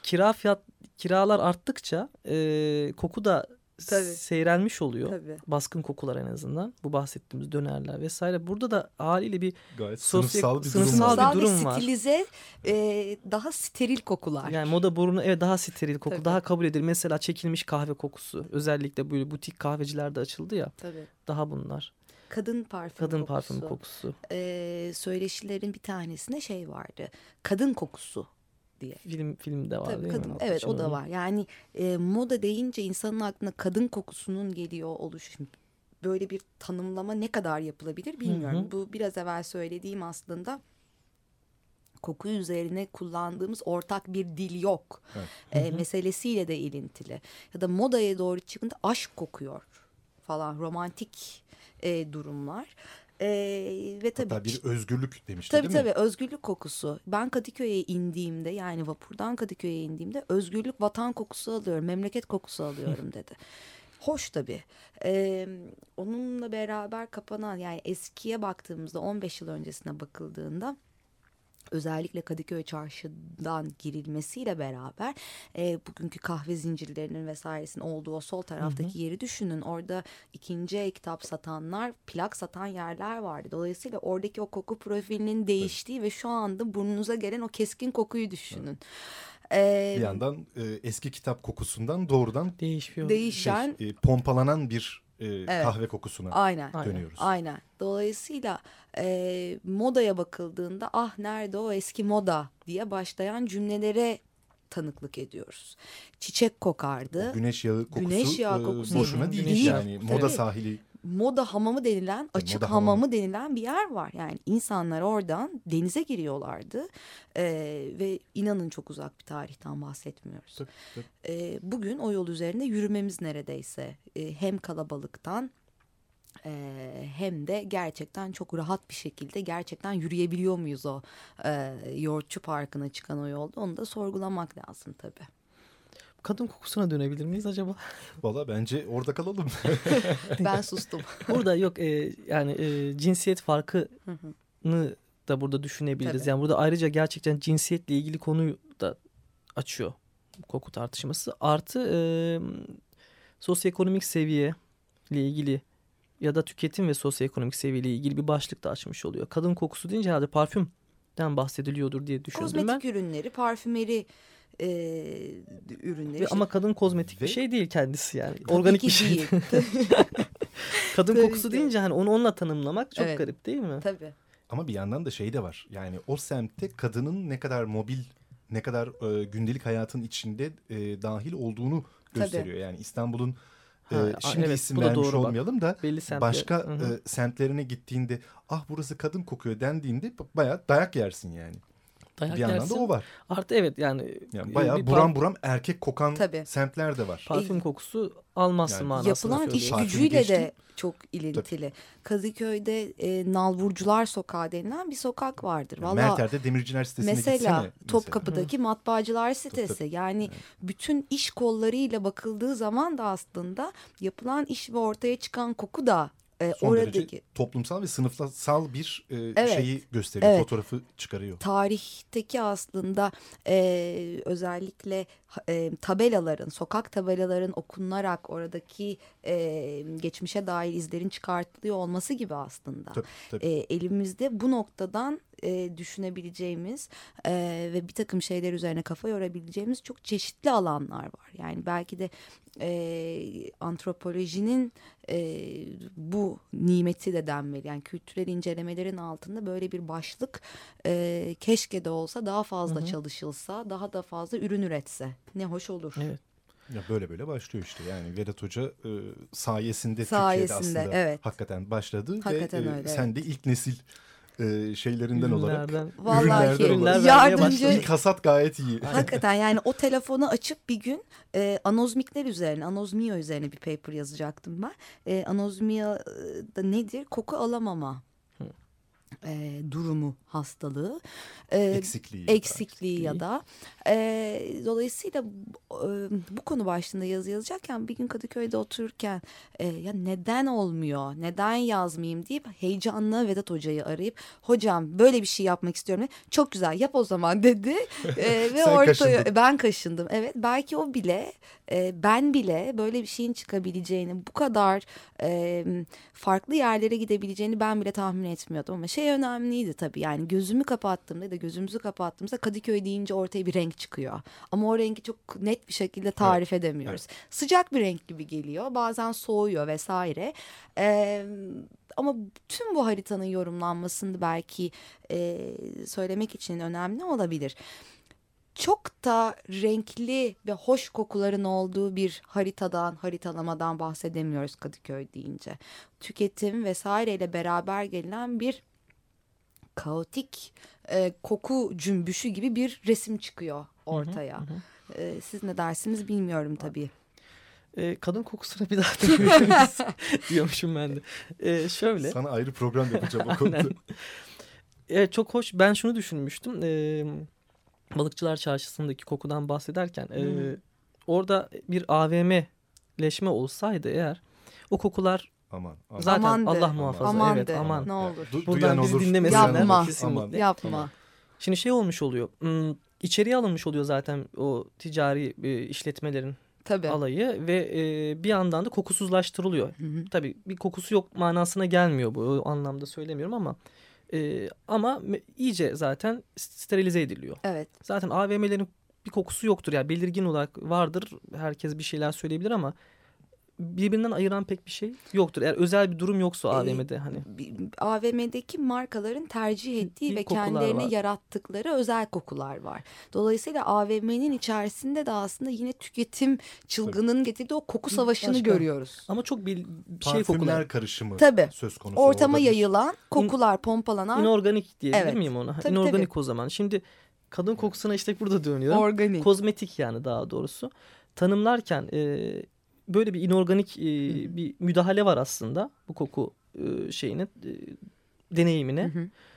kiralar arttıkça koku da seyrelmiş oluyor. Tabii. Baskın kokular en azından. Bu bahsettiğimiz dönerler vesaire. Burada da haliyle bir sınıfsal bir durum var. Stilize, daha steril kokular. Yani moda burnu daha steril koku, Tabii. daha kabul edilir. Mesela çekilmiş kahve kokusu. Özellikle böyle butik kahvecilerde açıldı ya. Tabii. Daha bunlar. Kadın parfümü kokusu. Söyleşilerin bir tanesinde şey vardı. Kadın kokusu diye. Filmde var. Tabii, değil kadın. mi? Evet, o da var. Yani moda deyince insanın aklına kadın kokusunun geliyor oluşu. Böyle bir tanımlama ne kadar yapılabilir bilmiyorum. Bu biraz evvel söylediğim aslında koku üzerine kullandığımız ortak bir dil yok. Evet. Meselesiyle de ilintili. Ya da modaya doğru çıkınca aşk kokuyor falan, romantik durumlar. Ve tabii, hatta bir özgürlük demişti değil mi? Tabii özgürlük kokusu. Ben Kadıköy'e indiğimde, yani vapurdan Kadıköy'e indiğimde özgürlük, vatan kokusu alıyorum, memleket kokusu alıyorum dedi. Hoş tabii. Onunla beraber kapanan, yani eskiye baktığımızda 15 yıl öncesine bakıldığında özellikle Kadıköy çarşıdan girilmesiyle beraber bugünkü kahve zincirlerinin vesairesinin olduğu o sol taraftaki yeri düşünün. Orada ikinci el kitap satanlar, plak satan yerler vardı. Dolayısıyla oradaki o koku profilinin değiştiği ve şu anda burnunuza gelen o keskin kokuyu düşünün. Bir yandan eski kitap kokusundan doğrudan değişen pompalanan bir kahve kokusuna aynen dönüyoruz. Aynen. Dolayısıyla modaya bakıldığında ah nerede o eski moda diye başlayan cümlelere tanıklık ediyoruz. Çiçek kokardı. O güneş yağı kokusu boşuna değil. Değil. Yani moda Tabii. sahili. Moda hamamı denilen, açık moda hamamı denilen bir yer var. Yani insanlar oradan denize giriyorlardı. Ve inanın çok uzak bir tarihten bahsetmiyoruz. Tabii. Bugün o yol üzerinde yürümemiz neredeyse hem kalabalıktan hem de gerçekten çok rahat bir şekilde gerçekten yürüyebiliyor muyuz o Yoğurtçu Parkı'na çıkan o yolda, onu da sorgulamak lazım tabii. Kadın kokusuna dönebilir miyiz acaba? Valla bence orada kalalım. Ben sustum. Burada yok cinsiyet farkını da burada düşünebiliriz. Tabii. Yani burada ayrıca gerçekten cinsiyetle ilgili konuyu da açıyor koku tartışması. Artı sosyoekonomik seviye ile ilgili ya da tüketim ve sosyoekonomik seviye ile ilgili bir başlık da açmış oluyor. Kadın kokusu deyince herhalde parfümden bahsediliyordur diye düşündüm ben. Kozmetik ürünleri, parfümeri ürünleri. Ama kadın kozmetik bir şey değil kendisi yani. Tabii Organik ki bir şey. değil. Kadın Tabii kokusu ki. deyince hani onu onunla tanımlamak çok Evet. garip değil mi? Tabii. Ama bir yandan da şey de var. Yani o semtte kadının ne kadar mobil, ne kadar gündelik hayatın içinde dahil olduğunu gösteriyor. Yani İstanbul'un şimdi evet, isim bu da vermiş doğru bak. olmayalım da Belli semtler. başka semtlerine gittiğinde ah burası kadın kokuyor dendiğinde bayağı dayak yersin yani. Dayak bir yandan yersin. da o var. Artı evet yani Bayağı bir buram buram erkek kokan Tabii. semtler de var. parfüm kokusu almazsın Yani manasında Yapılan iş söylüyorum. Parfümü gücüyle geçtim. de çok ilintili. Kadıköy'de Nalburcular Sokağı denilen bir sokak vardır. Vallahi Melter'de Demirciler sitesine mesela gitsene. Topkapı'daki matbaacılar sitesi. Tabii. Yani bütün iş kollarıyla bakıldığı zaman da aslında yapılan iş ve ortaya çıkan koku da Son derece oradaki toplumsal ve sınıfsal bir Evet. şeyi gösteriyor. Evet. Fotoğrafı çıkarıyor. tarihteki aslında özellikle tabelaların, sokak tabelaların okunarak oradaki geçmişe dair izlerin çıkartılıyor olması gibi aslında. Tabii. Elimizde bu noktadan düşünebileceğimiz ve bir takım şeyler üzerine kafa yorabileceğimiz çok çeşitli alanlar var. Yani belki de antropolojinin bu nimeti de denmeli. Yani kültürel incelemelerin altında böyle bir başlık keşke de olsa daha fazla çalışılsa, daha da fazla ürün üretse. Ne hoş olur. Evet. Ya böyle başlıyor işte. Yani Vedat Hoca sayesinde Sayesinde, Türkiye'de aslında evet. hakikaten başladı. Hakikaten ve öyle, sen de ilk nesil şeylerinden olarak Vallahi ürünlerden ürünler olarak. vermeye yardımcı. başladı. İlk hasat gayet iyi. Hakikaten yani o telefonu açıp bir gün anozmikler üzerine, anozmia üzerine bir paper yazacaktım ben. Anozmia'da nedir? Koku alamama durumu, hastalığı, eksikliği ya da dolayısıyla bu konu başlığında yazı yazacakken bir gün Kadıköy'de otururken ya neden olmuyor, neden yazmayayım deyip heyecanla Vedat Hoca'yı arayıp hocam böyle bir şey yapmak istiyorum. Çok güzel yap o zaman dedi ve Sen ortaya kaşındın. ben kaşındım. Evet, belki o bile ben bile böyle bir şeyin çıkabileceğini, bu kadar farklı yerlere gidebileceğini ben bile tahmin etmiyordum. Ama şey önemliydi tabii, yani gözümü kapattığımda ya da gözümüzü kapattığımızda Kadıköy deyince ortaya bir renk çıkıyor. Ama o rengi çok net bir şekilde tarif edemiyoruz. Sıcak bir renk gibi geliyor, bazen soğuyor vesaire. Ama tüm bu haritanın yorumlanmasını belki söylemek için önemli olabilir. Çok da renkli ve hoş kokuların olduğu bir haritalamadan bahsedemiyoruz Kadıköy deyince. Tüketim vesaireyle beraber gelen bir kaotik koku cümbüşü gibi bir resim çıkıyor ortaya. Siz ne dersiniz bilmiyorum tabii. Kadın kokusuna bir daha dönüyoruz diyormuşum ben de. Şöyle. Sana ayrı program yapacağım o konuda. Evet, çok hoş. Ben şunu düşünmüştüm. Balıkçılar Çarşısı'ndaki kokudan bahsederken orada bir AVM'leşme olsaydı eğer o kokular Aman. zaten Aman de, Allah muhafaza. aman Evet, de, aman. ne olur. Buradan bizi dinlemesinler. Yapma. Kesinlikle. Yapma. Şimdi şey olmuş oluyor. İçeriye alınmış oluyor zaten o ticari işletmelerin Tabii. alayı ve bir yandan da kokusuzlaştırılıyor. Tabii bir kokusu yok manasına gelmiyor bu, o anlamda söylemiyorum ama iyice zaten sterilize ediliyor. Evet. Zaten AVM'lerin bir kokusu yoktur. Yani belirgin olarak vardır. Herkes bir şeyler söyleyebilir ama birbirinden ayıran pek bir şey yoktur. Eğer özel bir durum yoksa AVM'de hani. AVM'deki markaların tercih ettiği ve kendilerine yarattıkları özel kokular var. Dolayısıyla AVM'nin içerisinde de aslında yine tüketim çılgınının getirdiği o koku savaşını görüyoruz. Ama çok bir şey Parfümler kokular. karışımı söz konusu. Ortama yayılan kokular, pompalanan. İnorganik diyebilir miyim ona? Tabii, İnorganik o zaman. Şimdi kadın kokusuna işte burada dönüyorum. Organik. Kozmetik yani daha doğrusu. Tanımlarken böyle bir inorganik bir müdahale var aslında bu koku şeyine, deneyimine.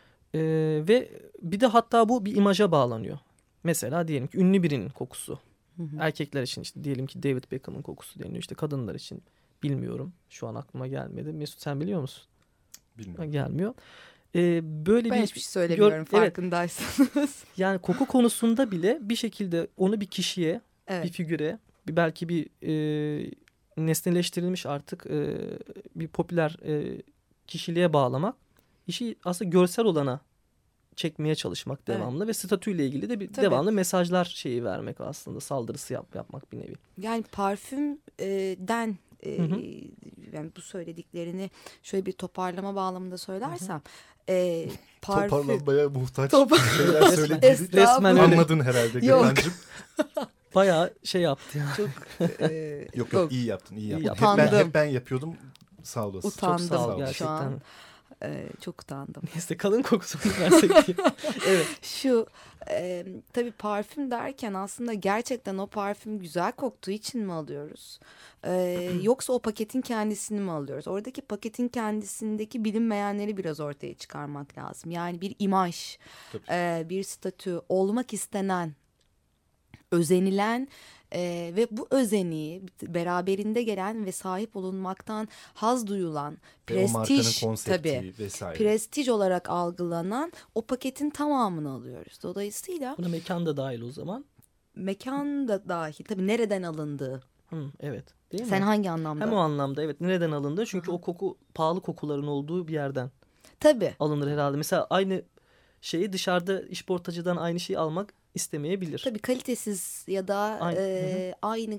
Ve bir de hatta bu bir imaja bağlanıyor. Mesela diyelim ki ünlü birinin kokusu. Erkekler için işte diyelim ki David Beckham'ın kokusu deniyor. İşte kadınlar için bilmiyorum. Şu an aklıma gelmedi. Mesut sen biliyor musun? Bilmiyorum. Gelmiyor. Böyle ben hiçbir şey söylemiyorum farkındaysanız. Evet. Yani koku konusunda bile bir şekilde onu bir kişiye, bir figüre, belki bir nesneleştirilmiş artık bir popüler kişiliğe bağlamak, işi aslında görsel olana çekmeye çalışmak devamlı ve statüyle ilgili de bir devamlı mesajlar şeyi vermek aslında, saldırısı yapmak bir nevi. Yani parfümden yani bu söylediklerini şöyle bir toparlama bağlamında söylersem parfüm toparlanmaya muhtaç şeyler söylediğini resmen anladın herhalde Gökhan'cığım. Bayağı şey yaptı ya. Çok yok iyi yaptın. Hep ben yapıyordum. Sağ olasın. Utandım. Çok sağ ol gerçekten. Şu an çok utandım. Neyse kadın kokusunu versek diye. Evet. Şu tabii parfüm derken aslında gerçekten o parfüm güzel koktuğu için mi alıyoruz? Yoksa o paketin kendisini mi alıyoruz? Oradaki paketin kendisindeki bilinmeyenleri biraz ortaya çıkarmak lazım. Yani bir imaj, bir statü, olmak istenen, özenilen ve bu özeniyi beraberinde gelen ve sahip olunmaktan haz duyulan prestij, tabii prestij olarak algılanan o paketin tamamını alıyoruz. Dolayısıyla buna mekan da dahil o zaman. Mekan da dahil tabii, nereden alındığı. Evet. Değil Sen mi? hangi anlamda? Hem o anlamda evet, nereden alındığı, çünkü o koku pahalı kokuların olduğu bir yerden alınır herhalde. Mesela aynı şeyi dışarıda işportacıdan aynı şeyi almak istemeyebilir. Tabii kalitesiz ya da aynı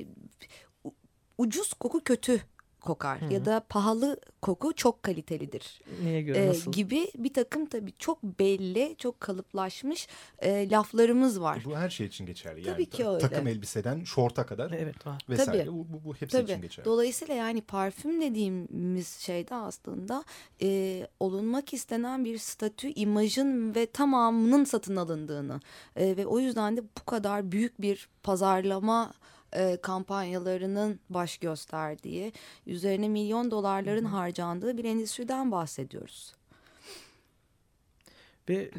ucuz koku kötü kokar ya da pahalı koku çok kalitelidir. Neye göre nasıl? Gibi bir takım tabii çok belli, çok kalıplaşmış laflarımız var. Bu her şey için geçerli. Tabii yani, ki öyle. Takım elbiseden şorta kadar vesaire. Tabii. Bu hepsi için geçerli. Dolayısıyla yani parfüm dediğimiz şeyde aslında olunmak istenen bir statü, imajın ve tamamının satın alındığını ve o yüzden de bu kadar büyük bir pazarlama kampanyalarının baş gösterdiği, üzerine milyon dolarların harcandığı bir endüstriden bahsediyoruz. Ve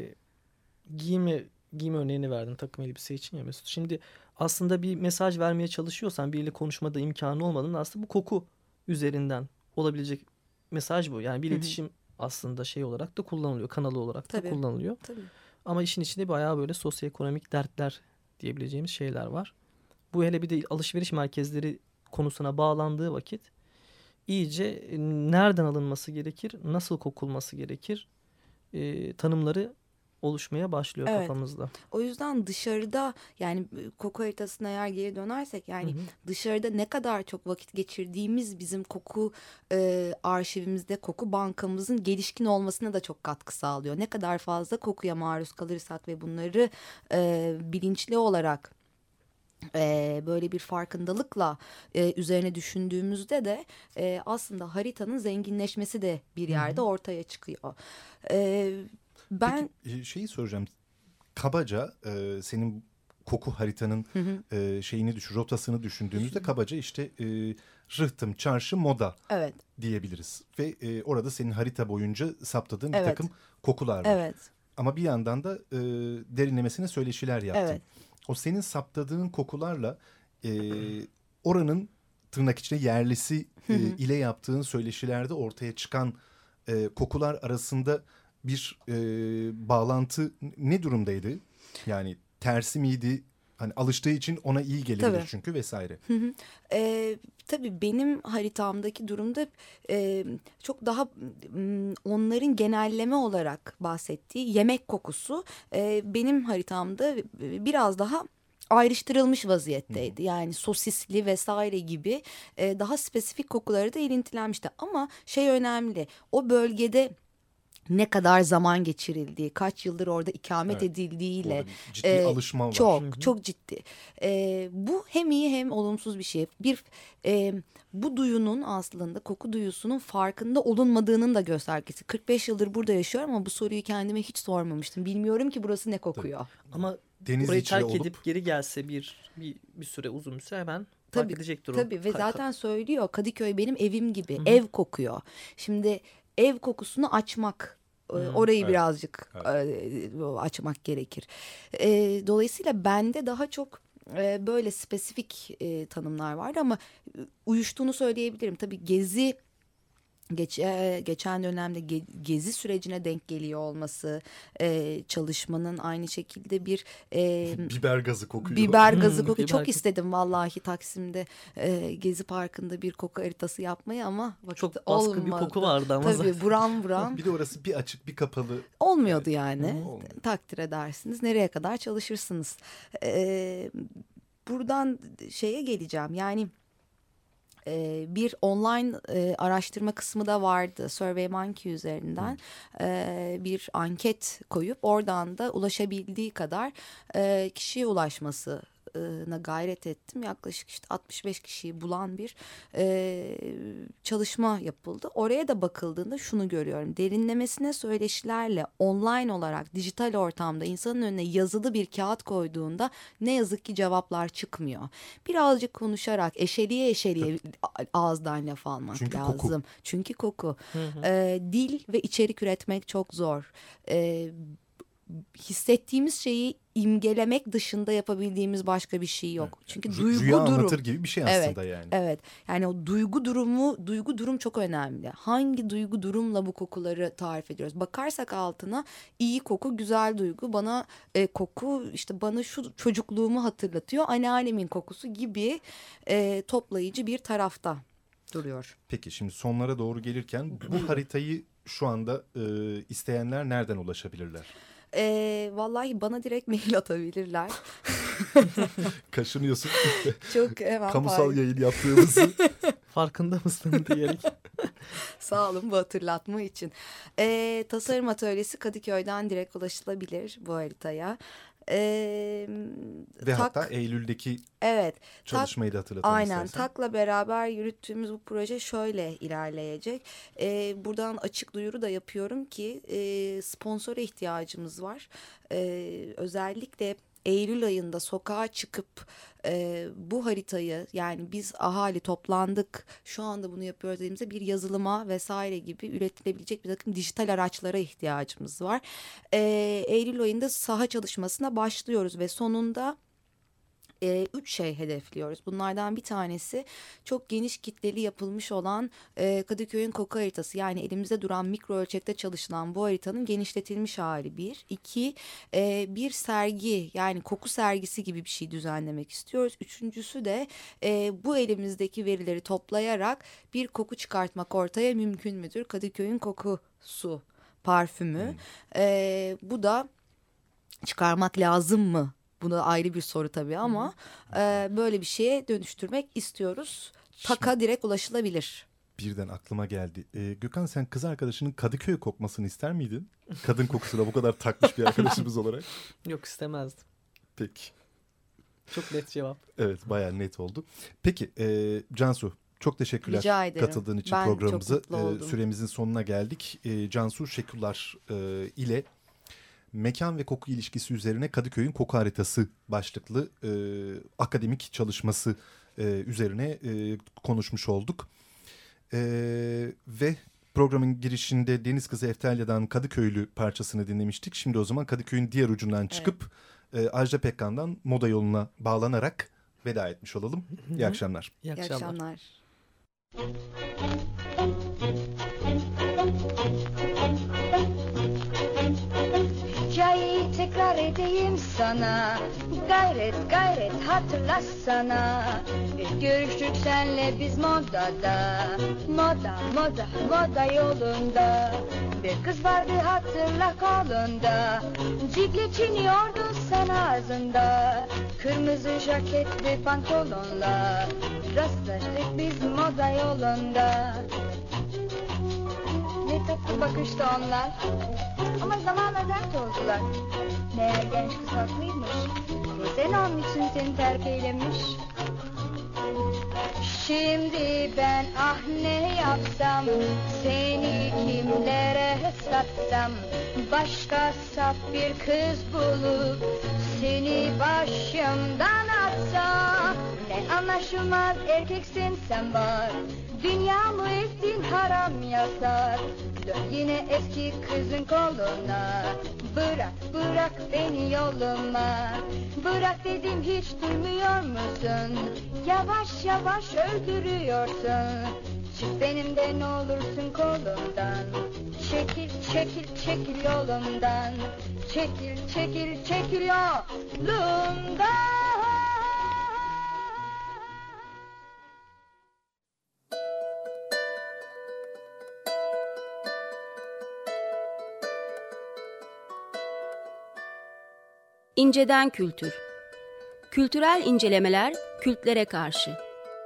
giyim örneğini verdin takım elbise için ya Mesut. Şimdi aslında bir mesaj vermeye çalışıyorsan, biriyle konuşmada imkanı olmadığında aslında bu koku üzerinden olabilecek mesaj bu. Yani bir iletişim aslında şey olarak da kullanılıyor, kanalı olarak da kullanılıyor. Tabii. Ama işin içinde bayağı böyle sosyoekonomik dertler diyebileceğimiz şeyler var. Bu hele bir de alışveriş merkezleri konusuna bağlandığı vakit iyice nereden alınması gerekir, nasıl kokulması gerekir tanımları oluşmaya başlıyor kafamızda. O yüzden dışarıda, yani koku haritasına eğer geri dönersek, yani dışarıda ne kadar çok vakit geçirdiğimiz bizim koku arşivimizde, koku bankamızın gelişkin olmasına da çok katkı sağlıyor. Ne kadar fazla kokuya maruz kalırsak ve bunları bilinçli olarak böyle bir farkındalıkla üzerine düşündüğümüzde de aslında haritanın zenginleşmesi de bir yerde ortaya çıkıyor. Ben peki, şeyi soracağım. Kabaca senin koku haritanın rotasını düşündüğümüzde kabaca işte rıhtım, çarşı, moda diyebiliriz. Ve orada senin harita boyunca saptadığın bir takım kokular var. Ama bir yandan da derinlemesine söyleşiler yaptın. O senin saptadığın kokularla oranın tırnak içinde yerlisi ile yaptığın söyleşilerde ortaya çıkan kokular arasında bir bağlantı ne durumdaydı? Yani tersi miydi? Hani alıştığı için ona iyi gelebilir Tabii. çünkü vesaire. Tabii benim haritamdaki durumda çok daha onların genelleme olarak bahsettiği yemek kokusu benim haritamda biraz daha ayrıştırılmış vaziyetteydi. Yani sosisli vesaire gibi daha spesifik kokuları da ilintilenmişti. Ama şey önemli, o bölgede ne kadar zaman geçirildiği, kaç yıldır orada ikamet edildiğiyle Orada ciddi alışma var. çok ciddi. Bu hem iyi hem olumsuz bir şey. Bu duyunun aslında koku duyusunun farkında olunmadığının da göstergesi. 45 yıldır burada yaşıyorum ama bu soruyu kendime hiç sormamıştım. Bilmiyorum ki burası ne kokuyor. Ama Deniz orayı içi terk olup edip geri gelse bir süre uzun bir süre hemen Tabii, fark edecektir o. Tabii ve zaten söylüyor, Kadıköy benim evim gibi. Ev kokuyor. Şimdi ev kokusunu açmak, orayı Evet. birazcık açmak gerekir. Dolayısıyla bende daha çok böyle spesifik tanımlar vardı ama uyuştuğunu söyleyebilirim. Tabii geçen dönemde gezi sürecine denk geliyor olması, çalışmanın aynı şekilde bir biber gazı kokuyor. biber gazı kokuyor. biber Çok gazı. istedim vallahi Taksim'de Gezi Parkı'nda bir koku haritası yapmayı ama vakit Çok baskın bir olmadı. koku vardı ama zaten. Tabii buram buram Bir de orası bir açık bir kapalı. olmuyordu yani. Olmuyor. Takdir edersiniz. Nereye kadar çalışırsınız? Buradan şeye geleceğim. Yani bir online araştırma kısmı da vardı. SurveyMonkey üzerinden bir anket koyup oradan da ulaşabildiği kadar kişiye ulaşmasına gayret ettim. Yaklaşık işte 65 kişiyi bulan bir çalışma yapıldı. Oraya da bakıldığında şunu görüyorum. Derinlemesine söyleşilerle online olarak dijital ortamda insanın önüne yazılı bir kağıt koyduğunda ne yazık ki cevaplar çıkmıyor. Birazcık konuşarak eşeliye ağızdan laf almak Çünkü lazım. koku. Çünkü koku. Dil ve içerik üretmek çok zor. Hissettiğimiz şeyi imgelemek dışında yapabildiğimiz başka bir şey yok. Evet. Çünkü Rüya duygu durum. anlatır gibi bir şey aslında yani. Evet. Yani o duygu durum çok önemli. Hangi duygu durumla bu kokuları tarif ediyoruz? Bakarsak altına iyi koku, güzel duygu. Bana koku işte bana şu çocukluğumu hatırlatıyor. Anneannemin kokusu gibi toplayıcı bir tarafta duruyor. Peki şimdi sonlara doğru gelirken bu haritayı şu anda isteyenler nereden ulaşabilirler? Vallahi bana direkt mail atabilirler. Kaşınıyorsun. Çok hemen Kamusal yayın yaptığımızı. Farkında mısın diyerek. Sağ olun bu hatırlatma için. Tasarım Atölyesi Kadıköy'den direkt ulaşılabilir bu haritaya. Ve hatta Eylül'deki evet, çalışmayı da hatırlatalım aynen istersen. TAK'la beraber yürüttüğümüz bu proje şöyle ilerleyecek. Buradan açık duyuru da yapıyorum ki sponsora ihtiyacımız var. Özellikle Eylül ayında sokağa çıkıp bu haritayı, yani biz ahali toplandık şu anda bunu yapıyoruz dediğimizde bir yazılıma vesaire gibi üretilebilecek bir takım dijital araçlara ihtiyacımız var. Eylül ayında saha çalışmasına başlıyoruz ve sonunda 3 şey hedefliyoruz. Bunlardan bir tanesi çok geniş kitleli yapılmış olan Kadıköy'ün koku haritası. Yani elimizde duran mikro ölçekte çalışılan bu haritanın genişletilmiş hali bir. 2, bir sergi, yani koku sergisi gibi bir şey düzenlemek istiyoruz. Üçüncüsü de bu elimizdeki verileri toplayarak bir koku çıkartmak ortaya mümkün müdür? Kadıköy'ün kokusu, parfümü. Bu da çıkarmak lazım mı? Bu da ayrı bir soru tabii ama böyle bir şeye dönüştürmek istiyoruz. TAK'a direkt ulaşılabilir. Birden aklıma geldi. Gökhan, sen kız arkadaşının Kadıköy kokmasını ister miydin? Kadın kokusuna bu kadar takmış bir arkadaşımız olarak. Yok, istemezdim. Peki. Çok net cevap. Evet, bayağı net oldu. Peki Cansu, çok teşekkürler Rica ederim. katıldığın için Ben programımıza. çok mutlu oldum. Süremizin sonuna geldik. Cansu Şekular ile mekan ve koku ilişkisi üzerine Kadıköy'ün koku haritası başlıklı akademik çalışması üzerine konuşmuş olduk. Ve programın girişinde Deniz Kızı Eftelya'dan Kadıköylü parçasını dinlemiştik. Şimdi o zaman Kadıköy'ün diğer ucundan çıkıp Ajda Pekkan'dan Moda Yolu'na bağlanarak veda etmiş olalım. İyi akşamlar. İyi İyi akşamlar. akşamlar. Hikayeyi tekrar edeyim sana. Gayret gayret hatırlasana. Görüştük senle biz modada. Moda yolunda. Bir kız vardı hatırla kolunda. Cigle çiniyordu sen ağzında. Kırmızı jaketli pantolonla. Rastlaştık biz moda yolunda. Ne tatlı bakıştı onlar. Ama zamanla dert oldular. Meğer genç kız haklıymış. Sen onun için seni terk eylemiş. Şimdi ben ah ne yapsam, seni kimlere satsam, başka saf bir kız bulup seni başımdan atsam. Ne anlaşılmaz erkeksin sen var, dünyamı ettin haram yasak. Dön yine eski kızın koluna, bırak beni yoluma. Bırak dedim hiç duymuyor musun? Yavaş yavaş öldürüyorsun. Çık benimle ne olursun kolumdan. Çekil yolumdan. Çekil yolumdan. İnceden kültür. Kültürel incelemeler kültlere karşı.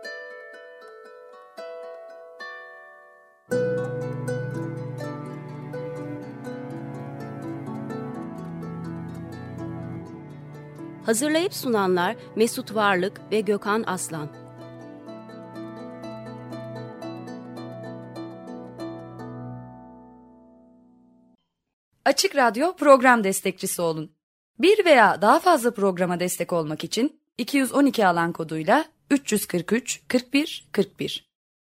Hazırlayıp sunanlar Mesut Varlık ve Gökhan Aslan. Açık Radyo program destekçisi olun. Bir veya daha fazla programa destek olmak için 212 alan koduyla 343 41 41